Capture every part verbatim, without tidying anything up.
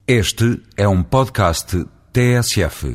Este é um podcast T S F.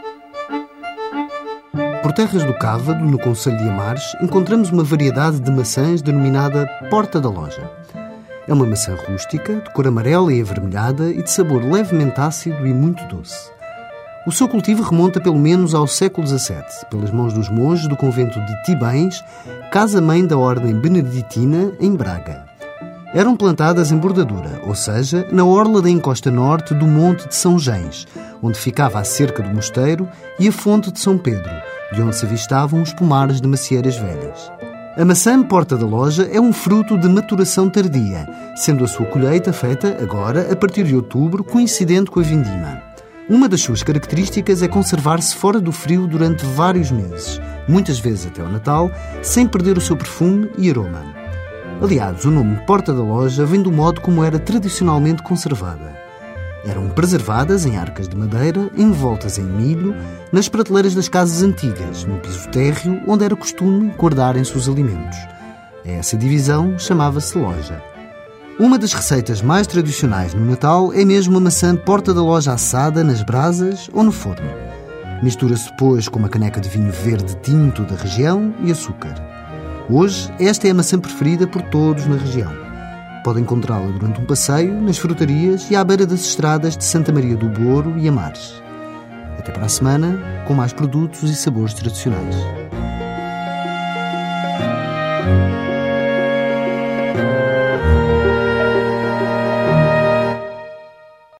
Por terras do Cávado, no concelho de Amares, encontramos uma variedade de maçãs denominada Porta da Loja. É uma maçã rústica, de cor amarela e avermelhada e de sabor levemente ácido e muito doce. O seu cultivo remonta pelo menos ao século dezassete, pelas mãos dos monges do convento de Tibães, casa-mãe da ordem beneditina, em Braga. Eram plantadas em bordadura, ou seja, na orla da encosta norte do Monte de São Gens, onde ficava a cerca do mosteiro e a fonte de São Pedro, de onde se avistavam os pomares de macieiras velhas. A maçã Porta da Loja é um fruto de maturação tardia, sendo a sua colheita feita agora a partir de outubro, coincidente com a vindima. Uma das suas características é conservar-se fora do frio durante vários meses, muitas vezes até ao Natal, sem perder o seu perfume e aroma. Aliás, o nome Porta da Loja vem do modo como era tradicionalmente conservada. Eram preservadas em arcas de madeira, envoltas em milho, nas prateleiras das casas antigas, no piso térreo, onde era costume guardarem-se os alimentos. Essa divisão chamava-se loja. Uma das receitas mais tradicionais no Natal é mesmo a maçã Porta da Loja assada nas brasas ou no forno. Mistura-se depois com uma caneca de vinho verde tinto da região e açúcar. Hoje, esta é a maçã preferida por todos na região. Pode encontrá-la durante um passeio, nas frutarias e à beira das estradas de Santa Maria do Boro e Amares. Até para a semana, com mais produtos e sabores tradicionais.